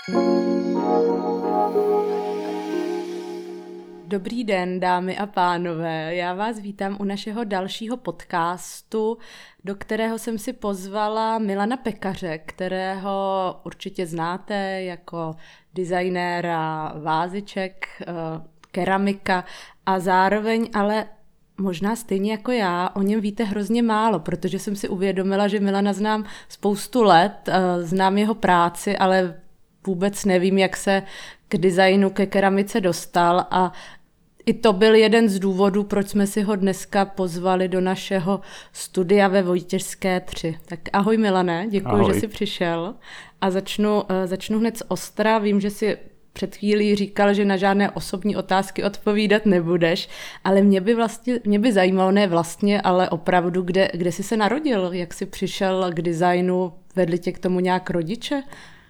Dobrý den, dámy a pánové. Já vás vítám u našeho dalšího podcastu, do kterého jsem si pozvala Milana Pekaře, kterého určitě znáte jako designéra váziček, keramika a zároveň ale možná stejně jako já, o něm víte hrozně málo, protože jsem si uvědomila, že Milana znám spoustu let, znám jeho práci, ale vůbec nevím, jak se k designu, ke keramice dostal a i to byl jeden z důvodů, proč jsme si ho dneska pozvali do našeho studia ve Vojtěžské 3. Tak ahoj Milane, děkuji, ahoj. Že jsi přišel a začnu hned z ostra. Vím, že si před chvílí říkal, že na žádné osobní otázky odpovídat nebudeš, ale mě by zajímalo, ne vlastně, ale opravdu, kde jsi se narodil, jak jsi přišel k designu, vedli tě k tomu nějak rodiče?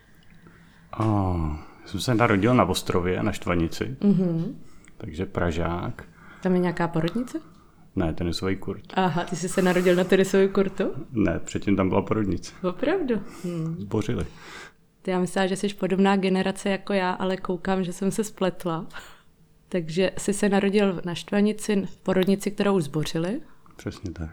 Jsem se narodil na Ostrově, na Štvanici, takže Pražák. Tam je nějaká porodnice? Ne, tenisový kurt. Aha, ty jsi se narodil na tenisový kurtu? Ne, předtím tam byla porodnice. Opravdu? Zbořili. Já myslím, že jsi podobná generace jako já, ale koukám, že jsem se spletla. Takže jsi se narodil na Štvanici, v porodnici, kterou už zbořili? Přesně tak.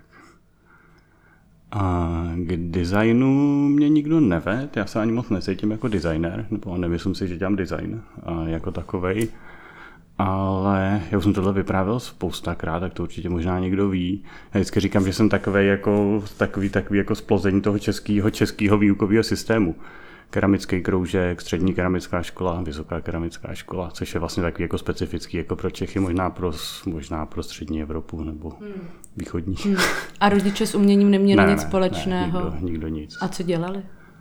A k designu mě nikdo nevedl, já se ani moc necítím jako designer, nebo nemyslím si, že dělám design jako takovej. Ale já už jsem tohle vyprávěl spoustakrát, tak to určitě možná někdo ví. Já vždycky říkám, že jsem takový jako splození toho českého výukového systému. Keramický kroužek, střední keramická škola, vysoká keramická škola, což je vlastně takový jako specifický jako pro Čechy, možná pro střední Evropu nebo východní. A rodiče s uměním neměli nic společného? Ne, nikdo nic. A co dělali?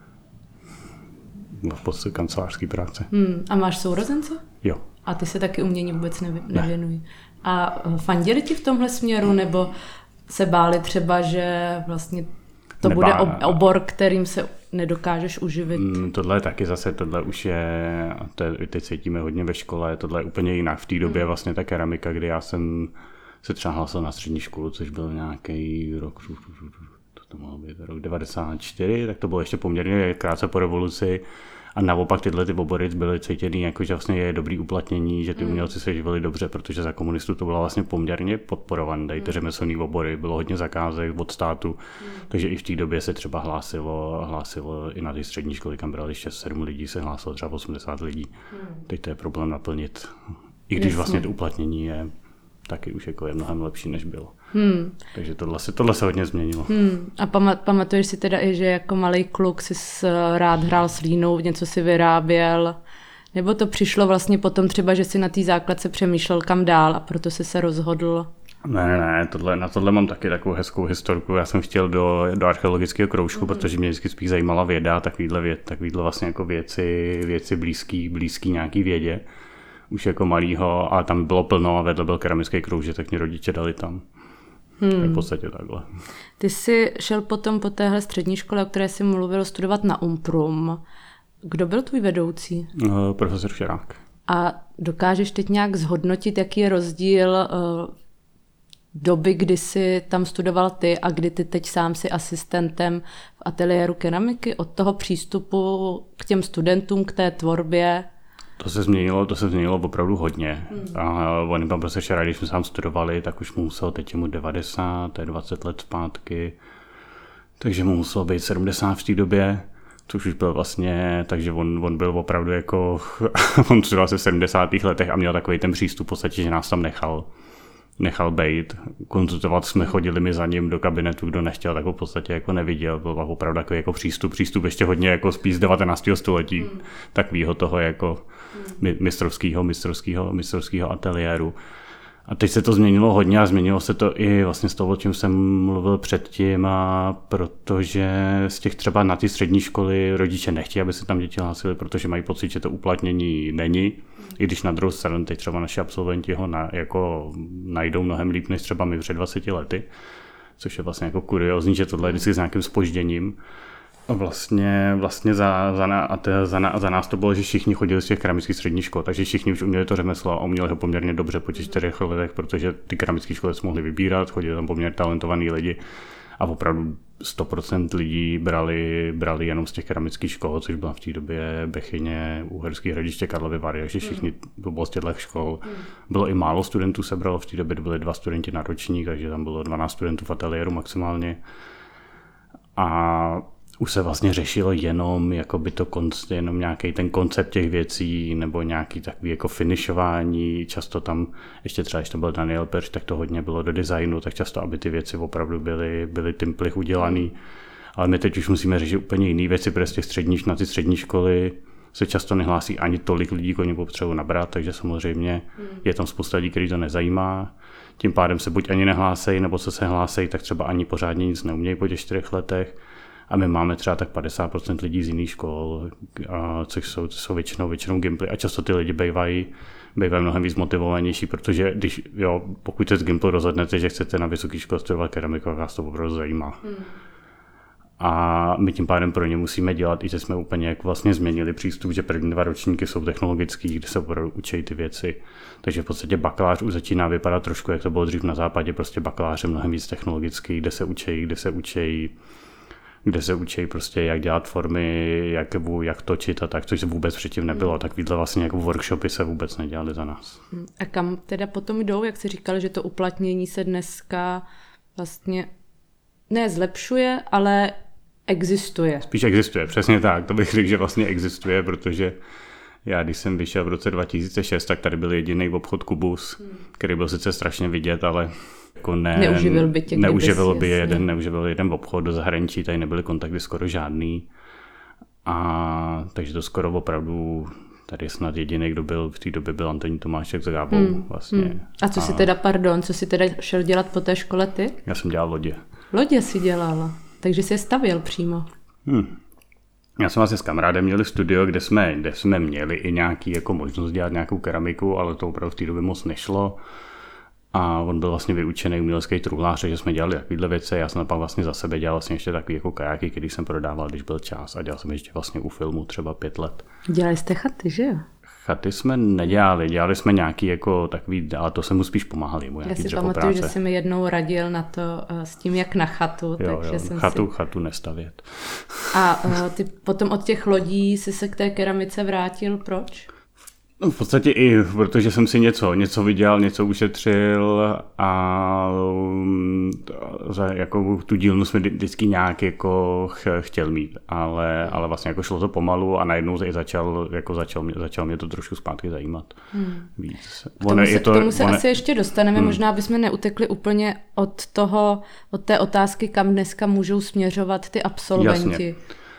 V podstatě kancelářský práce. A máš sourozence? Jo. A ty se taky umění vůbec nevěnují. A fandili ti v tomhle směru, nebo se báli třeba, že vlastně to bude obor, kterým se nedokážeš uživit? Tohle je taky zase, tohle už je, a teď cítíme hodně ve škole, tohle je úplně jinak. V té době vlastně ta keramika, kdy já jsem se třeba hlásil na střední školu, což byl nějaký rok, to mohlo být rok 94, tak to bylo ještě poměrně krátce po revoluci. A naopak tyhle ty obory byly cítěný, jako že vlastně je dobrý uplatnění, že ty umělci se živili dobře, protože za komunistů to bylo vlastně poměrně podporované. Tady ty řemeslné obory, bylo hodně zakázek od státu, takže i v té době se třeba hlásilo i na ty střední školy, kam brali 6-7 lidí, se hlásilo třeba 80 lidí. Teď to je problém naplnit, i když vlastně to uplatnění je taky už jako je mnohem lepší, než bylo. Takže tohle se hodně změnilo. A pamatuješ si teda i, že jako malý kluk jsi rád hrál s línou, něco si vyráběl? Nebo to přišlo vlastně potom třeba, že si na té základce přemýšlel kam dál a proto jsi se rozhodl? Ne, na tohle mám taky takovou hezkou historku. Já jsem chtěl do archeologického kroužku, protože mě vždycky spíš zajímala věda, takovýhle vlastně jako věci blízký nějaký vědě. Už jako malýho, a tam bylo plno a vedle byl keramický kroužek, tak mě rodiče dali tam. To je v podstatě takhle. Ty jsi šel potom po téhle střední škole, o které jsi mluvil, studovat na Umprum. Kdo byl tvůj vedoucí? Profesor Šerák. A dokážeš teď nějak zhodnotit, jaký je rozdíl doby, kdy jsi tam studoval ty a kdy ty teď sám si asistentem v ateliéru keramiky, od toho přístupu k těm studentům, k té tvorbě? To se změnilo opravdu hodně. A on pan profesor Šerák, když jsme sám studovali, tak už mu musel, teď je mu 90, to je 20 let zpátky, takže mu muselo být 70 v té době, což už byl vlastně, takže on byl opravdu jako, on studoval se v 70. letech a měl takový ten přístup v podstatě, že nás tam nechal bejt. Konzultovat jsme chodili mi za ním do kabinetu, kdo nechtěl, tak ho v podstatě jako neviděl. Byl opravdu takový jako přístup ještě hodně jako spíš z 19. století, takovýho toho jako mistrovského ateliéru. A teď se to změnilo hodně a změnilo se to i vlastně z toho, o čem jsem mluvil předtím, a protože z těch třeba na ty střední školy rodiče nechtějí, aby se tam děti hlásily, protože mají pocit, že to uplatnění není. I když na druhou stranu teď třeba naši absolventi ho jako najdou mnohem líp než třeba my před 20 lety, což je vlastně jako kuriózní, že tohle je vždycky s nějakým zpožděním. Vlastně za nás to bylo, že všichni chodili z těch keramických středních škol, takže všichni už uměli to řemeslo a uměli ho poměrně dobře po těch 4 letech, protože ty keramické školy se mohly vybírat, chodili tam poměrně talentovaní lidi a opravdu 100% lidí brali jenom z těch keramických škol, což byla v té době Bechyně, Uherský Hradiště, Karlovy Vary, takže všichni bylo z těchto škol. Bylo i málo studentů se bralo, v té době byly 2 studenti na ročník, takže tam bylo 12 studentů v ateliéru maximálně. A už se vlastně řešilo jenom jakoby jenom nějaký ten koncept těch věcí nebo nějaký takový jako finišování. Často tam, ještě třeba, když to byl Daniel Perš, tak to hodně bylo do designu, tak často, aby ty věci opravdu byly tymplich udělaný. Ale my teď už musíme řešit úplně jiné věci, protože na ty střední školy se často nehlásí ani tolik lidí, kolik potřebují nabrat, takže samozřejmě je tam spousta lidí, který to nezajímá. Tím pádem se buď ani nehlásejí, nebo co se hlásejí, tak třeba ani pořádně nic neumějí po těch 4 letech. A my máme třeba tak 50% lidí z jiných škol, což jsou většinou Gimply. A často ty lidi bývají mnohem víc motivovanější, protože pokud se z Gimplu rozhodnete, že chcete na vysoké škole studovat keramiku, tak vás to opravdu zajímá. A my tím pádem pro ně musíme dělat, i že jsme úplně jako vlastně změnili přístup, že první 2 ročníky jsou technologický, kde se opravdu učí ty věci. Takže v podstatě bakalář už začíná vypadat trošku, jak to bylo dřív na západě, prostě bakalář je mnohem víc technologický, kde se učí prostě, jak dělat formy, jak točit a tak, což se vůbec předtím nebylo. Takovýhle vlastně jako workshopy se vůbec nedělali za nás. A kam teda potom jdou, jak jsi říkal, že to uplatnění se dneska vlastně ne zlepšuje, ale existuje. Spíš existuje, přesně tak. To bych řekl, že vlastně existuje, protože já, když jsem vyšel v roce 2006, tak tady byl jediný obchod Kubus, který byl sice strašně vidět, ale jako neuživil by jeden obchod do zahraničí, tady nebyly kontakty skoro žádný. A takže to skoro opravdu tady je snad jediný, kdo byl v té době, byl Antonín Tomášek s Gábou vlastně. A co si teda šel dělat po té škole ty? Já jsem dělal lodě. Lodě si dělala, takže jsi je stavěl přímo. Já jsem vlastně s kamarádem měli studio, kde jsme měli i nějaký jako možnost dělat nějakou keramiku, ale to opravdu v té době moc nešlo. A on byl vlastně vyučený umělecký truhlář, takže jsme dělali takovéhle věci. Já jsem pak vlastně za sebe dělal vlastně ještě takový jako kajáky, který jsem prodával, když byl čas, a dělal jsem ještě vlastně u filmu třeba 5 let. Dělali jste chaty, že jo? Chaty jsme nedělali, dělali jsme nějaký jako takový, ale to se mu spíš pomáhali. Já si pamatuju, že jsi mi jednou radil na to s tím, jak na chatu. Takže jsem chatu nestavět. A ty potom od těch lodí jsi se k té keramice vrátil, proč? No, v podstatě i, protože jsem si něco viděl, něco ušetřil a jako tu dílnu jsme vždycky nějak jako chtěl mít, ale vlastně jako šlo to pomalu a najednou začal mě to trošku zpátky zajímat víc. K tomu se asi ještě dostaneme, možná bychom neutekli úplně od té otázky, kam dneska můžou směřovat ty absolventi. Jasně.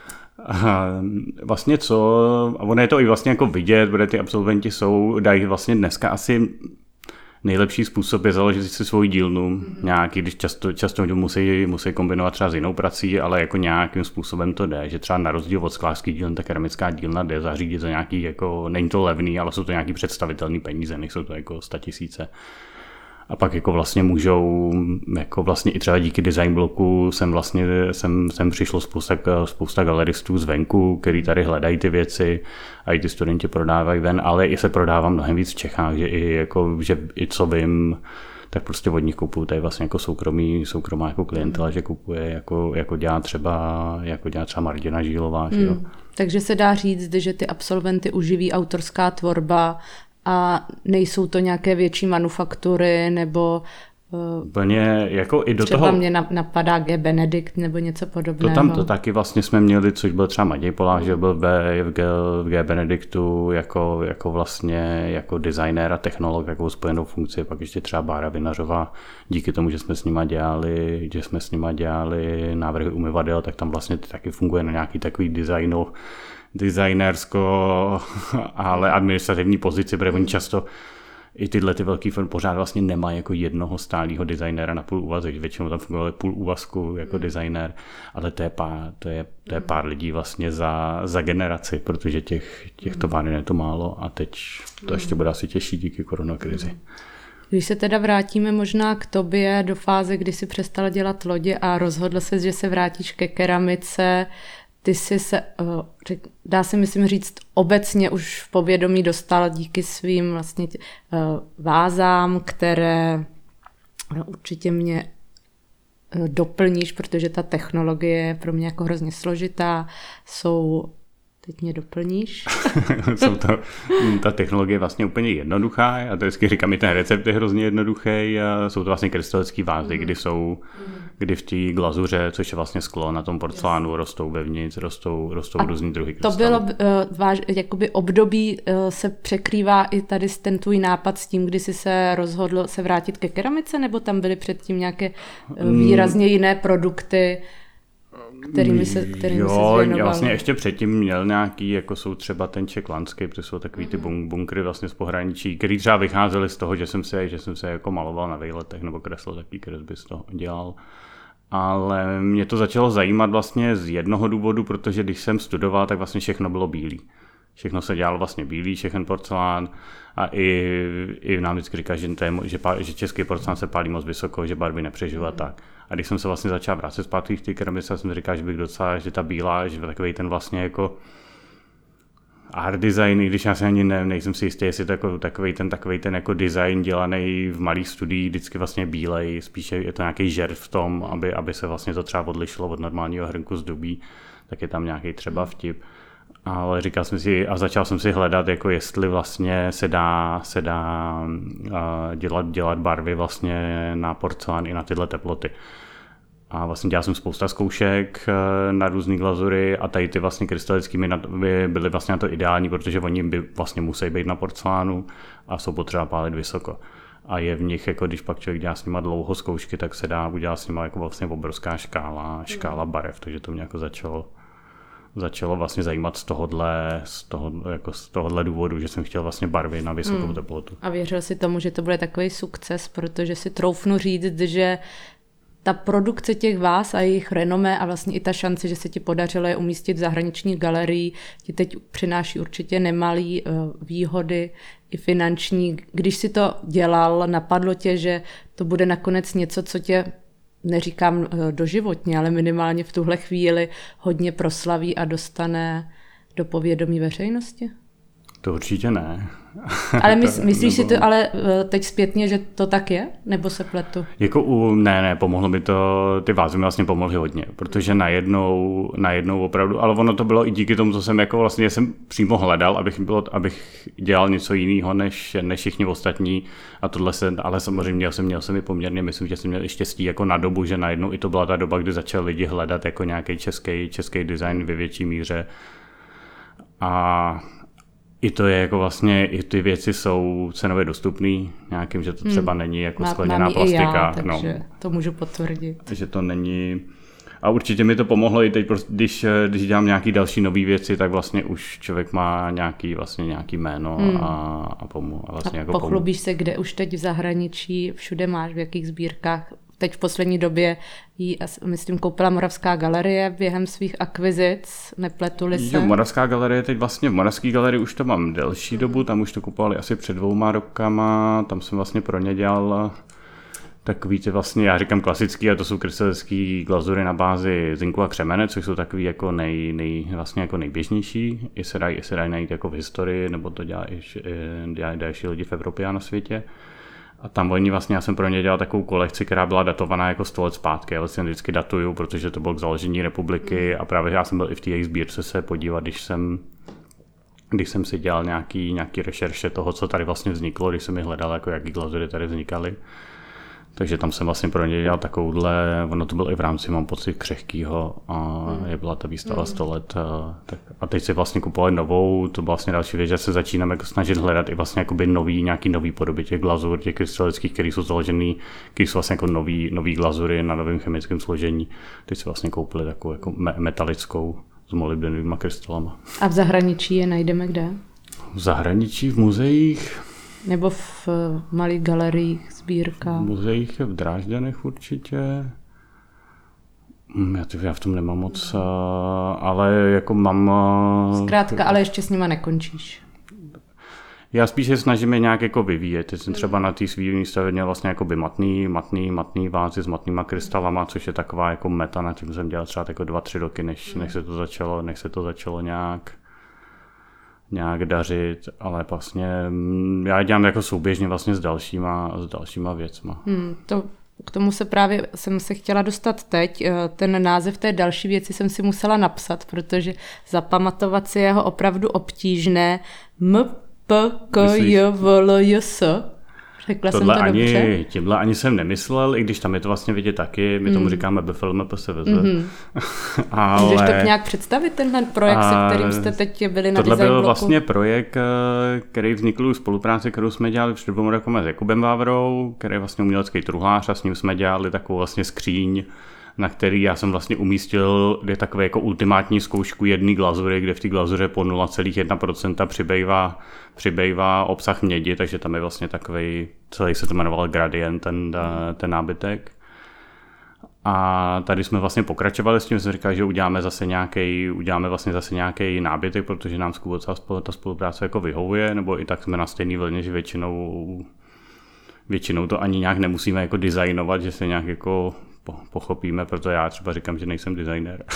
Vlastně ono je to i vlastně jako vidět, protože ty absolventi dají vlastně dneska asi nejlepší způsob je založit si svou dílnu nějaký, když často musí kombinovat třeba s jinou prací, ale jako nějakým způsobem to jde, že třeba na rozdíl od sklářský dílny, ta keramická dílna jde zařídit za nějaký, jako není to levný, ale jsou to nějaký představitelný peníze, nejsou to jako 100 000. A pak jako vlastně můžou, jako vlastně i třeba díky design bloku sem přišlo spousta galeristů zvenku, který tady hledají ty věci a i ty studenti prodávají ven, ale i se prodává mnohem víc v Čechách, že i co vím, tak prostě od nich kupuju tady vlastně jako soukromá jako klientela, že kupuje jako dělá třeba Martina Žílová. Jo. Takže se dá říct, že ty absolventy uživí autorská tvorba a nejsou to nějaké větší manufaktury nebo úplně jako i do třeba toho. Mě napadá G. Benedikt nebo něco podobného. To taky vlastně jsme měli, což byl třeba Matěj Polák, že byl v G. Benediktu jako vlastně jako designér a technolog, jako spojenou funkci, pak ještě třeba Bára Vinařová, díky tomu, že jsme s nima dělali návrhy umyvadel, tak tam vlastně taky funguje na nějaký takový designersko, ale administrativní pozici, protože oni často i tyhle ty velký firmy pořád vlastně nemají jako jednoho stálého designéra na půl úvazek, většinou tam fungovali půl úvazku jako designér, ale to je pár lidí vlastně za generaci, protože těch továren je to málo a teď to ještě bude asi těžší díky koronakrizi. Když se teda vrátíme možná k tobě do fáze, kdy jsi přestala dělat lodě a rozhodl se, že se vrátíš ke keramice, ty jsi se, dá se myslím říct, obecně už v povědomí dostal díky svým vlastně vázám, které určitě mě doplníš, protože ta technologie je pro mě jako hrozně složitá, teď mě doplníš. Ta technologie je vlastně úplně jednoduchá a to vždycky říkám, i ten recept je hrozně jednoduchý. Jsou to vlastně krystalické vázy, kdy v té glazuře, což je vlastně sklo na tom porcelánu, rostou vevnitř, rostou různý druhy krystalů. To bylo jakoby období se překrývá i tady ten tvůj nápad s tím, kdy jsi se rozhodl se vrátit ke keramice, nebo tam byly předtím nějaké výrazně jiné produkty, kterými se věnoval? Já vlastně ještě předtím měl nějaký, jako jsou třeba ten Czech Landscape, to jsou takový ty bunkry vlastně z pohraničí, který třeba vycházely z toho, že jsem se jako maloval na vejletech nebo kreslil takový kresby z toho dělal. Ale mě to začalo zajímat vlastně z jednoho důvodu, protože když jsem studoval, tak vlastně všechno bylo bílý. Všechno se dělalo vlastně bílý, všechen porcelán a i nám vždycky říká, že český porcelán se pálí moc vysoko, že barvy nepřežívá tak. A když jsem se vlastně začal vrátit zpátky v té keramice, jsem říkal, že bych docela, že ta bílá, že takový ten vlastně jako art design, i když já si ani nejsem si jistý, jestli to jako takový ten jako design dělaný v malých studiích, vždycky vlastně bílej, spíše je to nějaký žert v tom, aby se vlastně to třeba odlišilo od normálního hrnku z dubí, tak je tam nějaký třeba vtip. Ale říkal jsem si a začal jsem si hledat, jako jestli vlastně se dá dělat barvy vlastně na porcelán i na tyhle teploty. A vlastně dělal jsem spousta zkoušek na různé glazury a tady ty vlastně krystalický byly vlastně na to ideální, protože oni by vlastně musí být na porcelánu a jsou potřeba pálit vysoko. A je v nich, jako když pak člověk dělá s nima dlouho zkoušky, tak se dá udělat s nima jako vlastně obrovská škála barev, takže to mě jako začalo vlastně zajímat z tohohle důvodu, že jsem chtěl vlastně barvy na vysokou teplotu. A věřil si tomu, že to bude takový sukces, protože si troufnu říct, že ta produkce těch váz a jejich renomé a vlastně i ta šance, že se ti podařilo je umístit v zahraniční galerii, ti teď přináší určitě nemalý výhody i finanční. Když si to dělal, napadlo tě, že to bude nakonec něco, co tě, neříkám doživotně, ale minimálně v tuhle chvíli hodně proslaví a dostane do povědomí veřejnosti? To určitě ne. Ale myslíš si to ale teď zpětně, že to tak je? Nebo se pletu? Ne, pomohlo mi to, ty vázy mi vlastně pomohly hodně, protože najednou opravdu, ale ono to bylo i díky tomu, co jsem jako vlastně jsem přímo hledal, abych dělal něco jiného než všichni ostatní a tohle ale samozřejmě měl jsem i poměrně, myslím, že jsem měl i štěstí jako na dobu, že najednou i to byla ta doba, kdy začali lidi hledat jako nějaký český design ve větší míře a i to je jako vlastně, i ty věci jsou cenově dostupný nějakým, že to třeba není jako skleněná plastika. Takže to můžu potvrdit. Že to není. A určitě mi to pomohlo i teď, když dělám nějaký další nové věci, tak vlastně už člověk má nějaký jméno a vlastně jako pochlubíš se, kde už teď v zahraničí, všude máš, v jakých sbírkách. Teď v poslední době ji, myslím, koupila Moravská galerie během svých akvizic, nepletuli se. Moravská galerie teď vlastně, v Moravské galerii už to mám delší dobu, tam už to kupovali asi před 2 rokama, tam jsem vlastně pro ně dělal takový ty vlastně, já říkám klasický, a to jsou krystalické glazury na bázi zinku a křemene, což jsou takový jako vlastně jako nejběžnější, i se dají najít jako v historii, nebo to dělají další lidi v Evropě a na světě. A tam já jsem pro ně dělal takovou kolekci, která byla datovaná jako 100 let zpátky. Já vlastně vždycky datuju, protože to bylo k založení republiky a právě já jsem byl i v té jejich sbírce se podívat, když jsem si dělal nějaký rešerše toho, co tady vlastně vzniklo, když jsem je hledal, jako jaký glazury tady vznikaly. Takže tam jsem vlastně pro ně dělal takovouhle, ono to bylo i v rámci, mám pocit, křehkýho a byla ta výstava 100 let. A teď si vlastně kupovali novou, to byla vlastně další věc, že se začínám jako snažit hledat i vlastně nějaký nový podoby těch glazur, těch krystalických, které jsou založený, které jsou vlastně jako nový glazury na novém chemickém složení. Teď si vlastně koupili takovou jako metalickou s molybdenovými krystalama. A v zahraničí je najdeme kde? V zahraničí, v muzeích. Nebo v malých galeriích, sbírkách? V muzeích je v Drážďanech určitě. Já v tom nemám moc, ale jako mám... Zkrátka, ale ještě s nima nekončíš. Já spíš se snažím je nějak jako vyvíjet. Teď jsem třeba na té svý výstavě měl vlastně jakoby matný vázy s matnýma krystalama, což je taková jako meta, na tím jsem dělal třeba jako 2-3 roky, než se to začalo nějak dařit, ale vlastně já dělám jako souběžně vlastně s dalšíma věcma. To K tomu jsem se chtěla dostat teď. Ten název té další věci jsem si musela napsat, protože zapamatovat si jeho opravdu obtížné. MPKJVLJS. Řekla tohle jsem to dobře? Tímhle ani jsem nemyslel, i když tam je to vlastně vidět taky, my tomu říkáme BFLMPSVZ. Ale... Můžeš to nějak představit, tenhle projekt, se kterým jste teď byli na Design Bloku? Tohle byl vlastně projekt, který vznikl v spolupráci, kterou jsme dělali před 2 roky s Jakubem Vávrou, který je vlastně umělecký truhlář, a s ním jsme dělali takovou vlastně skříň, na který já jsem vlastně umístil, kde je takové jako ultimátní zkoušku jedné glazury, kde v té glazuře po 0,1% přibývá obsah mědi, takže tam je vlastně takovej, celý se to jmenoval gradient, ten nábytek. A tady jsme vlastně pokračovali s tím, jsme říkali, že uděláme zase nějaký nábytek, protože nám ta spolupráce jako vyhovuje, nebo i tak jsme na stejný vlně, že většinou to ani nějak nemusíme jako designovat, že se nějak jako pochopíme, proto já třeba říkám, že nejsem designér.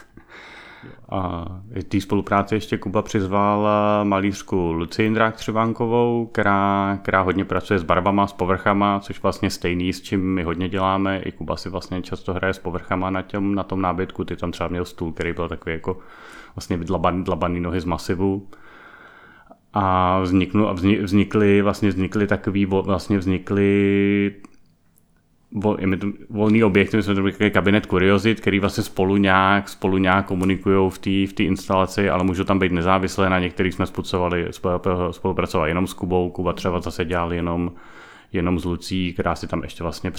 A v té spolupráci ještě Kuba přizval malířku Lucii Jindrák Třebánkovou, která hodně pracuje s barvama, s povrchama, což vlastně stejný, s čím my hodně děláme. I Kuba si vlastně často hraje s povrchama na tom nábytku. Ty tam třeba měl stůl, který byl takový jako vlastně dlabaný nohy z masivu. A vznikly volný objekty, my jsme to říkali kabinet kuriozit, který vlastně spolu nějak komunikují v té instalaci, ale můžou tam být nezávislé, na některých jsme spolupracovali jenom s Kubou, Kuba třeba zase dělal jenom s Lucí, která si tam ještě vlastně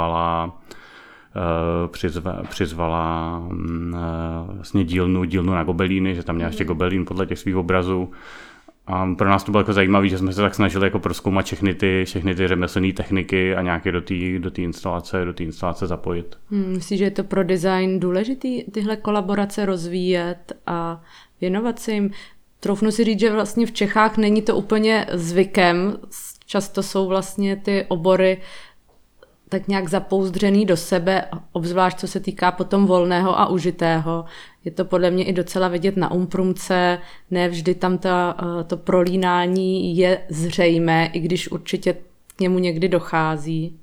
přizvala vlastně dílnu na gobelíny, že tam měla ještě gobelín podle těch svých obrazů. A pro nás to bylo jako zajímavé, že jsme se tak snažili jako prozkoumat všechny ty řemeslné techniky a nějaké do té instalace zapojit. Myslíš, že je to pro design důležitý tyhle kolaborace rozvíjet a věnovat se jim? Troufnu si říct, že vlastně v Čechách není to úplně zvykem. Často jsou vlastně ty obory tak nějak zapouzdřený do sebe, obzvlášť co se týká potom volného a užitého. Je to podle mě i docela vidět na Umprumce, ne vždy tam to prolínání je zřejmé, i když určitě k němu někdy dochází.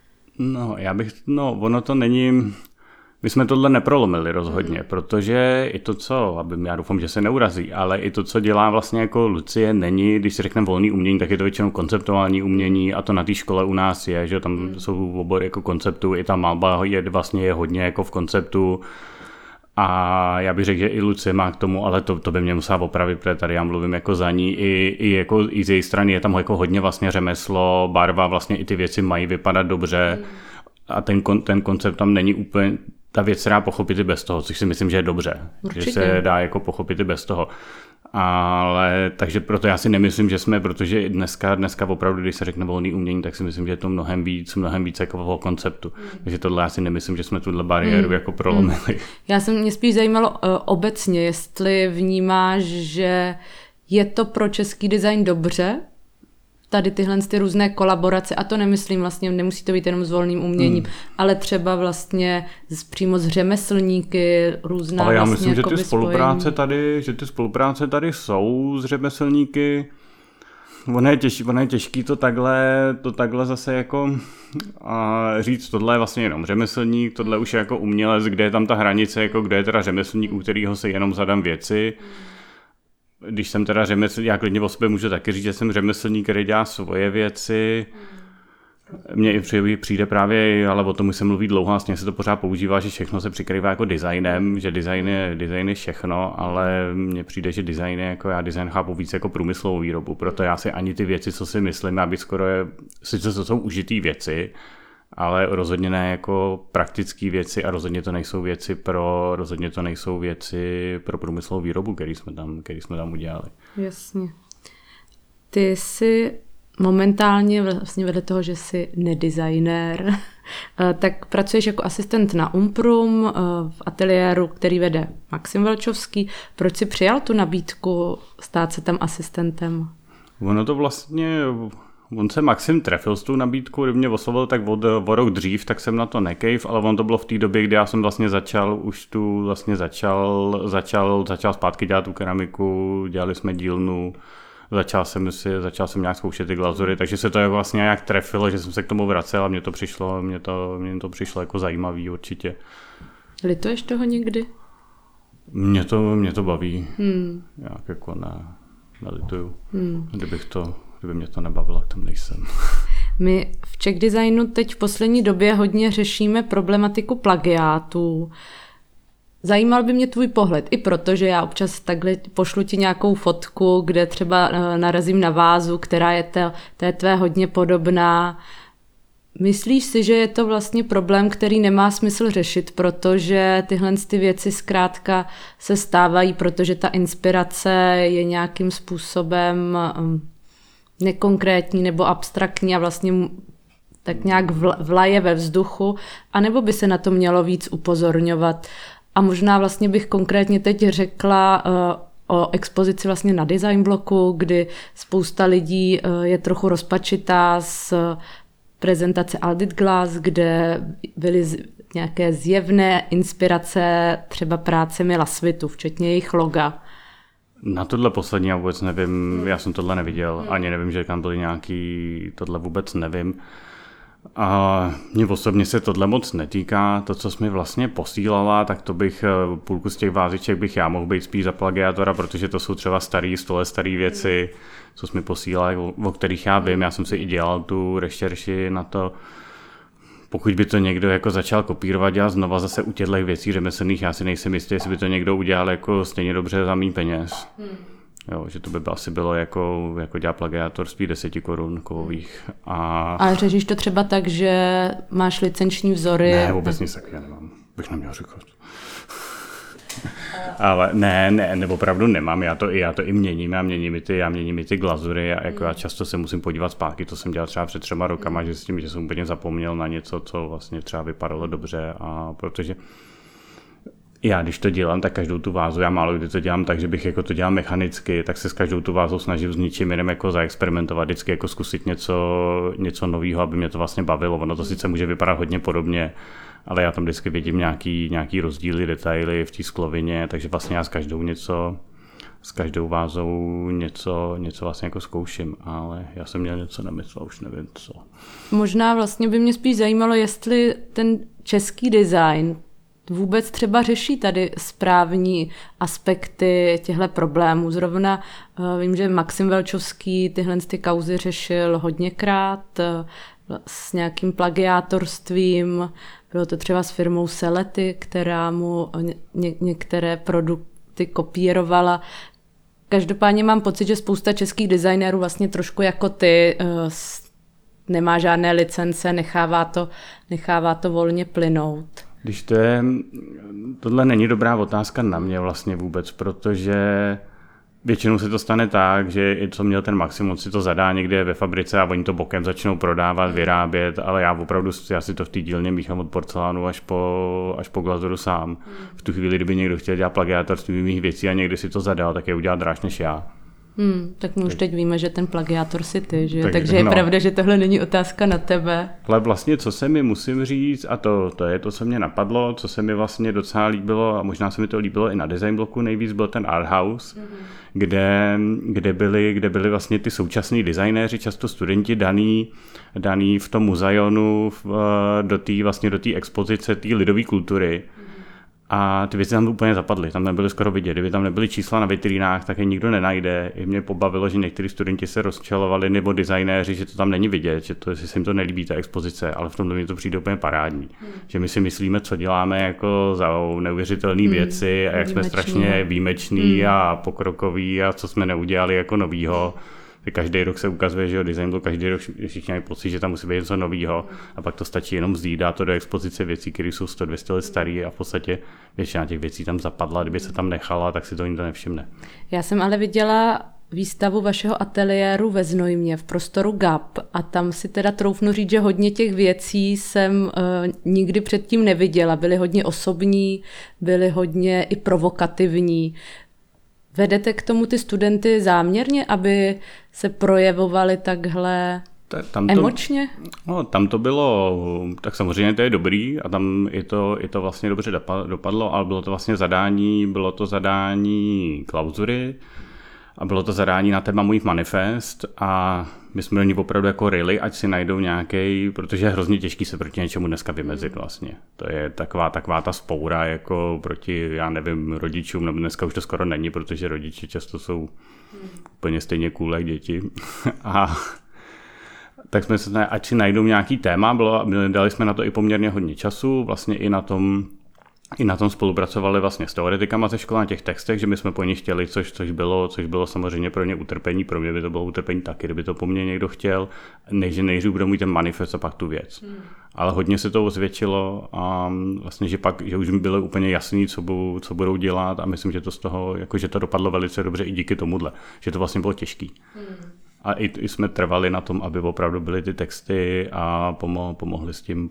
Ono to není... My jsme tohle neprolomili rozhodně, protože i to, já doufám, že se neurazí, ale i to, co dělá vlastně jako Lucie, není, když si řekneme volný umění, tak je to většinou konceptuální umění a to na té škole u nás je, že tam jsou obory jako konceptu, i ta malba je hodně jako v konceptu a já bych řekl, že i Lucie má k tomu, ale to by mě musela opravit, protože tady já mluvím jako za ní, i z její strany je tam jako hodně vlastně řemeslo, barva, vlastně i ty věci mají vypadat dobře a ten koncept tam není úplně... Ta věc se dá pochopit i bez toho, což si myslím, že je dobře. Určitě. Že se dá jako pochopit i bez toho. Ale takže proto já si nemyslím, že jsme, protože dneska opravdu, když se řekne volný umění, tak si myslím, že je to mnohem víc jako o konceptu. Takže tohle já si nemyslím, že jsme tuhle bariéru jako prolomili. Mě spíš zajímalo obecně, jestli vnímáš, že je to pro český design dobře, tady tyhle ty různé kolaborace, a to nemyslím vlastně, nemusí to být jenom s volným uměním, ale třeba vlastně přímo s řemeslníky, různá ale já vlastně myslím, že ty spolupráce tady jsou s řemeslníky. Ono je těžký to takhle zase jako říct, tohle je vlastně jenom řemeslník, tohle už je jako umělec, kde je tam ta hranice, jako kde je teda řemeslník, u kterého se jenom zadám věci. Když jsem teda řemeslník, já klidně o sobě můžu taky říct, že jsem řemeslník, který dělá svoje věci. Mně přijde právě, ale o tom už se mluví dlouho, vlastně se to pořád používá, že všechno se přikrývá jako designem, že design je všechno, ale mně přijde, že já design chápu víc jako průmyslovou výrobu, proto já si ani ty věci, co si myslím, aby skoro sice to jsou užitý věci, ale rozhodně ne jako praktické věci a rozhodně to nejsou věci pro průmyslovou výrobu, který jsme tam udělali. Jasně. Ty jsi momentálně vlastně vedle toho, že jsi nedesignér, tak pracuješ jako asistent na Umprum v ateliéru, který vede Maxim Velčovský. Proč jsi přijal tu nabídku stát se tam asistentem? On se Maxim trefil s tou nabídkou, kdy mě oslovil tak o rok dřív, tak jsem na to nekejv, ale on to bylo v té době, kdy já jsem vlastně začal zpátky dělat tu keramiku, dělali jsme dílnu začal jsem nějak zkoušet ty glazury, takže se to jako vlastně nějak trefilo, že jsem se k tomu vracel a mně to přišlo jako zajímavý určitě. Lituješ toho někdy? Mě to baví. Jak jako nelituju. Kdyby mě to nebavilo, tak tam nejsem. My v Czech Designu teď v poslední době hodně řešíme problematiku plagiátů. Zajímal by mě tvůj pohled, i protože já občas takhle pošlu ti nějakou fotku, kde třeba narazím na vázu, která je té tvé hodně podobná. Myslíš si, že je to vlastně problém, který nemá smysl řešit, protože tyhle ty věci zkrátka se stávají, protože ta inspirace je nějakým způsobem nekonkrétní nebo abstraktní a vlastně tak nějak vlaje ve vzduchu, anebo by se na to mělo víc upozorňovat. A možná vlastně bych konkrétně teď řekla o expozici vlastně na Design bloku, kdy spousta lidí je trochu rozpačitá z prezentace Aldit Glass, kde byly nějaké zjevné inspirace třeba práce Mila Svitu, včetně jejich loga. Na tohle poslední já vůbec nevím, já jsem tohle neviděl, ani nevím, že tam byly nějaký, tohle vůbec nevím. A mně osobně se tohle moc netýká, to, co jsi mi vlastně posílala, tak to bych půlku z těch váziček bych já mohl být spíš za plagiátora, protože to jsou třeba staré věci, co jsi mi posílala, o kterých já vím, já jsem si i dělal tu rešerši na to. Pokud by to někdo jako začal kopírovat, dělat znova zase u těchto věcí řemeslných, já si nejsem jistý, jestli by to někdo udělal jako stejně dobře za méně peněz. Jo, že to by asi bylo jako dělat plagiátor spíš 10 korun kovových. Ale řešíš to třeba tak, že máš licenční vzory? Ne, vůbec nic takového nemám. Bych neměl říkat. Ale ne, opravdu nemám, já to i měním, já měním ty glazury a jako já často se musím podívat zpátky, to jsem dělal třeba před 3 rokama, že s tím, že jsem úplně zapomněl na něco, co vlastně třeba vypadalo dobře a protože já když to dělám, tak každou tu vázu, já málo kdy to dělám tak, že bych jako to dělal mechanicky, tak se s každou tu vázou snažím s ničím jiným jako zaexperimentovat, vždycky jako zkusit něco nového, aby mě to vlastně bavilo, ono to sice může vypadat hodně podobně, ale já tam vždycky vidím nějaký rozdíly, detaily v té sklovině, takže vlastně já s každou vázou něco vlastně jako zkouším, ale já jsem měl něco na mysli, už nevím co. Možná vlastně by mě spíš zajímalo, jestli ten český design vůbec třeba řeší tady správní aspekty těchto problémů. Zrovna vím, že Maxim Velčovský tyhle ty kauzy řešil hodněkrát s nějakým plagiátorstvím. Bylo to třeba s firmou Selety, která mu některé produkty kopírovala. Každopádně mám pocit, že spousta českých designérů vlastně trošku jako ty nemá žádné licence, nechává to volně plynout. Když tohle není dobrá otázka na mě vlastně vůbec, protože většinou se to stane tak, že i co měl ten Maxim, on si to zadá někde ve fabrice a oni to bokem začnou prodávat, vyrábět, ale já si to v té dílně míchám od porcelánu až po glazuru sám. V tu chvíli, kdyby někdo chtěl dělat plagiátorství mých věcí a někdy si to zadal, tak je udělá dráž než já. Tak my už teď víme, že ten plagiátor si ty, že? Takže je pravda, že tohle není otázka na tebe. Ale vlastně, co se mi musím říct, a to je to, co mě napadlo, co se mi vlastně docela líbilo, a možná se mi to líbilo i na Design bloku nejvíc, byl ten Art House, kde byli vlastně ty současní designéři, často studenti daný v tom muzejonu do té expozice té lidové kultury. A ty věci tam úplně zapadly, tam nebyly skoro vidět. Kdyby tam nebyly čísla na vitrínách, tak je nikdo nenajde. I mě pobavilo, že někteří studenti se rozčelovali nebo designéři, že to tam není vidět, že se jim to nelíbí, ta expozice, ale v tomhle mi to přijde úplně parádní. Že my si myslíme, co děláme jako za neuvěřitelné věci a jak jsme strašně výjimeční a pokrokoví a co jsme neudělali jako novýho. Každý rok se ukazuje, že design byl každý rok všichni mají pocit, že tam musí být něco nového a pak to stačí jenom vzít, dát to do expozice věcí, které jsou 100-200 let staré a v podstatě většina těch věcí tam zapadla, kdyby se tam nechala, tak si to nikdo nevšimne. Já jsem ale viděla výstavu vašeho ateliéru ve Znojmě v prostoru GAP a tam si teda troufnu říct, že hodně těch věcí jsem nikdy předtím neviděla. Byly hodně osobní, byly hodně i provokativní. Vedete k tomu ty studenty záměrně, aby se projevovali takhle emočně? No, tam to bylo, tak samozřejmě to je dobrý a tam i to vlastně dobře dopadlo, ale bylo to vlastně zadání klauzury A bylo to zadání na téma Můj manifest a my jsme do ní opravdu jako ryli, ať si najdou nějaký, protože je hrozně těžký se proti něčemu dneska vymezit vlastně. To je taková ta spoura jako proti, já nevím, rodičům, nebo dneska už to skoro není, protože rodiče často jsou úplně stejně cool jak děti. A tak jsme se, ať si najdou nějaký téma, dali jsme na to i poměrně hodně času, vlastně i na tom spolupracovali vlastně s teoretikama ze školy na těch textech, že my jsme po nich chtěli, což bylo samozřejmě pro ně utrpení, pro mě by to bylo utrpení taky, kdyby to po mně někdo chtěl, nejdřív budou mít ten manifest a pak tu věc. Ale hodně se to osvědčilo a vlastně, že už mi bylo úplně jasný, co budou dělat a myslím, že to z toho, jako, že to dopadlo velice dobře i díky tomuhle, že to vlastně bylo těžký. A i jsme trvali na tom, aby opravdu byly ty texty a pomohli s tím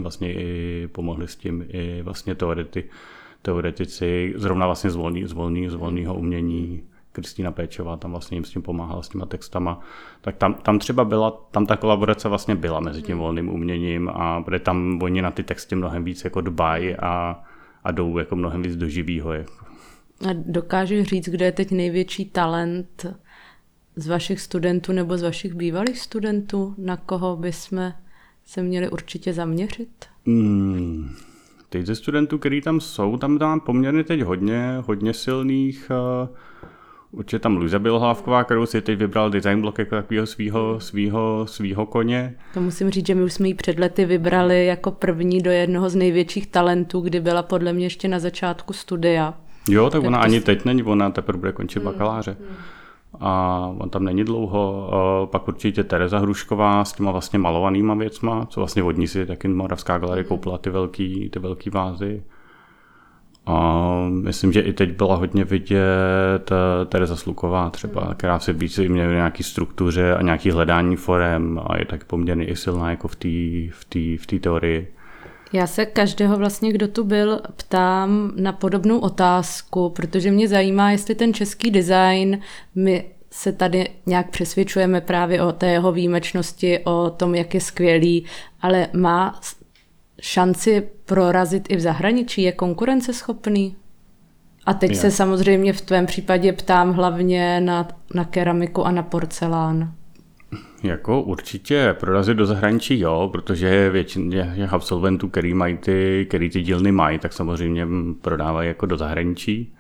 vlastně teoretici, zrovna vlastně z volného umění. Kristýna Péčová tam vlastně jim s tím pomáhala s těma textama. Tak tam třeba tam ta kolaborace vlastně byla mezi tím volným uměním a protože tam oni na ty texty mnohem víc jako dbají a jdou jako mnohem víc do živýho. Jako. A dokážu říct, kdo je teď největší talent z vašich studentů nebo z vašich bývalých studentů, na koho bychom se měli určitě zaměřit? Teď ze studentů, který tam jsou, tam dám poměrně teď hodně silných. Určitě tam Luisa Bělohlávková, kterou si teď vybral design block jako takového svýho koně. To musím říct, že my už jsme ji před lety vybrali jako první do jednoho z největších talentů, kdy byla podle mě ještě na začátku studia. Jo, tak ona ani teď není, ona teprve bude končit bakaláře. A on tam není dlouho. Pak určitě Tereza Hrušková s těma vlastně malovanýma věcma, co vlastně od ní si taky Moravská galerie koupila ty velký vázy. A myslím, že i teď byla hodně vidět Tereza Sluková třeba, která se víc měla v nějaký struktuře a nějaký hledání forem a je tak poměrně i silná jako v té teorii. Já se každého vlastně, kdo tu byl, ptám na podobnou otázku, protože mě zajímá, jestli ten český design, my se tady nějak přesvědčujeme právě o té jeho výjimečnosti, o tom, jak je skvělý, ale má šanci prorazit i v zahraničí, je konkurenceschopný? A teď se samozřejmě v tvém případě ptám hlavně na keramiku a na porcelán. Jako určitě prorazit do zahraničí, jo, protože většině těch absolventů, který ty dílny mají, tak samozřejmě prodávají jako do zahraničí.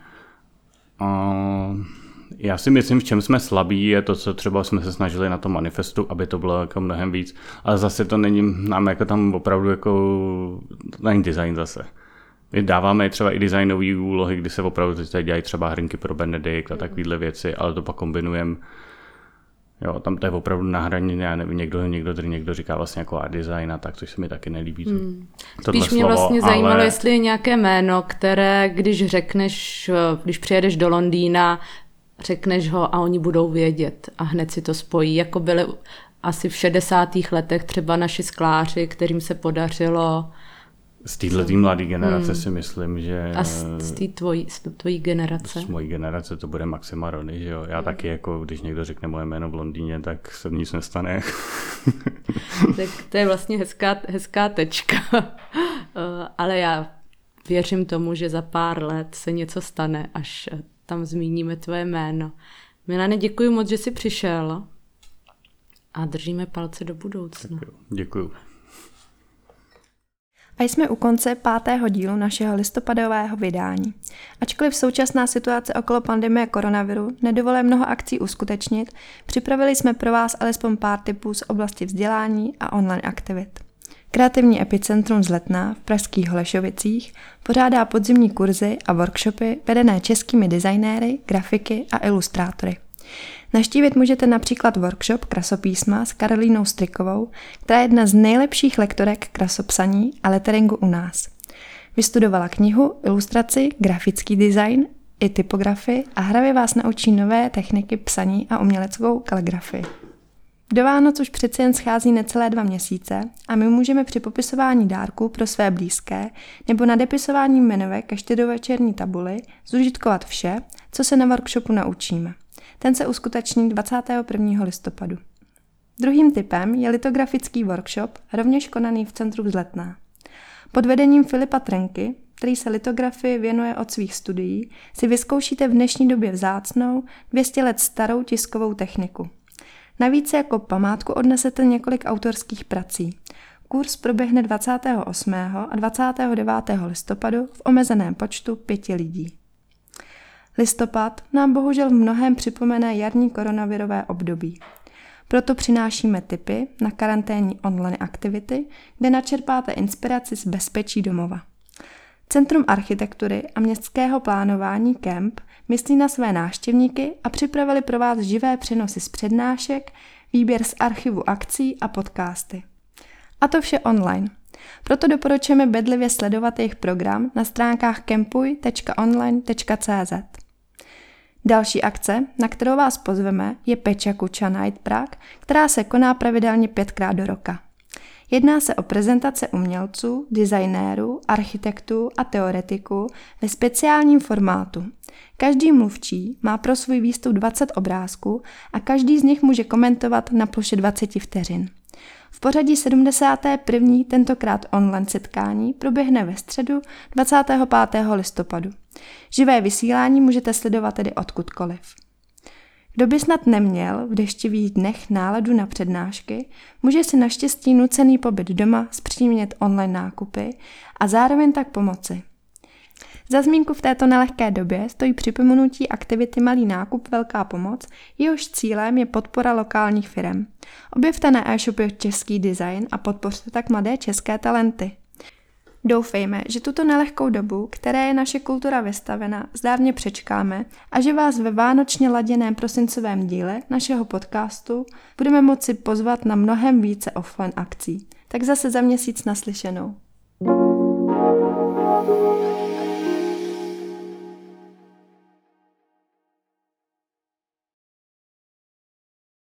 Já si myslím, v čem jsme slabí, je to, co třeba jsme se snažili na tom manifestu, aby to bylo jako mnohem víc, ale zase to není, nám jako tam opravdu jako, to není design zase. My dáváme třeba i designové úlohy, kdy se opravdu teď dělají třeba hrnky pro Benedikt a takovéhle věci, ale to pak kombinujeme. Jo, tam to je opravdu na hraně, já nevím, někdo říká vlastně jako art design a tak, což se mi taky nelíbí. Spíš mě vlastně zajímalo, jestli je nějaké jméno, které, když přijedeš do Londýna, řekneš ho a oni budou vědět a hned si to spojí, jako byly asi v 60. letech třeba naši skláři, kterým se podařilo. Z této mladé generace si myslím, že... A z té tvojí generace? Z mojí generace to bude Maxima Rony, že jo. Já taky, jako když někdo řekne moje jméno v Londýně, tak se nic nestane. Tak to je vlastně hezká tečka. Ale já věřím tomu, že za pár let se něco stane, až tam zmíníme tvoje jméno. Milane, děkuji moc, že jsi přišel a držíme palce do budoucna. Děkuji. A jsme u konce 5. dílu našeho listopadového vydání. Ačkoliv současná situace okolo pandemie koronaviru nedovoluje mnoho akcí uskutečnit, připravili jsme pro vás alespoň pár tipů z oblasti vzdělání a online aktivit. Kreativní epicentrum z Letná v pražských Holešovicích pořádá podzimní kurzy a workshopy vedené českými designéry, grafiky a ilustrátory. Navštívit můžete například workshop krasopísma s Karolínou Strikovou, která je jedna z nejlepších lektorek krasopsaní a letteringu u nás. Vystudovala knihu, ilustraci, grafický design i typografii a hravě vás naučí nové techniky psaní a uměleckou kaligrafii. Do Vánoc už přece jen schází necelé 2 měsíce a my můžeme při popisování dárků pro své blízké nebo nadepisování jmenovek ke štědrovečerní tabuli zužitkovat vše, co se na workshopu naučíme. Ten se uskuteční 21. listopadu. Druhým typem je litografický workshop, rovněž konaný v centru z Letná. Pod vedením Filipa Trenky, který se litografii věnuje od svých studií, si vyzkoušíte v dnešní době vzácnou, 200 let starou tiskovou techniku. Navíc jako památku odnesete několik autorských prací. Kurz proběhne 28. a 29. listopadu v omezeném počtu 5 lidí. Listopad nám bohužel v mnohém připomene jarní koronavirové období. Proto přinášíme tipy na karanténní online aktivity, kde načerpáte inspiraci z bezpečí domova. Centrum architektury a městského plánování Kemp myslí na své návštěvníky a připravili pro vás živé přenosy z přednášek, výběr z archivu akcí a podcasty. A to vše online. Proto doporučujeme bedlivě sledovat jejich program na stránkách kempuj.online.cz. Další akce, na kterou vás pozveme, je Peča Kuča Night Prague, která se koná pravidelně 5krát do roka. Jedná se o prezentace umělců, designérů, architektů a teoretiků ve speciálním formátu. Každý mluvčí má pro svůj výstup 20 obrázků a každý z nich může komentovat na ploše 20 vteřin. V pořadí 71. tentokrát online setkání proběhne ve středu 25. listopadu. Živé vysílání můžete sledovat tedy odkudkoliv. Kdo by snad neměl v deštivých dnech náladu na přednášky, může si naštěstí nucený pobyt doma zpříjemnit online nákupy a zároveň tak pomoci. Za zmínku v této nelehké době stojí připomenutí aktivity Malý nákup Velká pomoc, jehož cílem je podpora lokálních firem. Objevte na e-shopě český design a podpořte tak mladé české talenty. Doufejme, že tuto nelehkou dobu, které je naše kultura vystavena, zdárně přečkáme a že vás ve vánočně laděném prosincovém díle našeho podcastu budeme moci pozvat na mnohem více offline akcí. Tak zase za měsíc naslyšenou.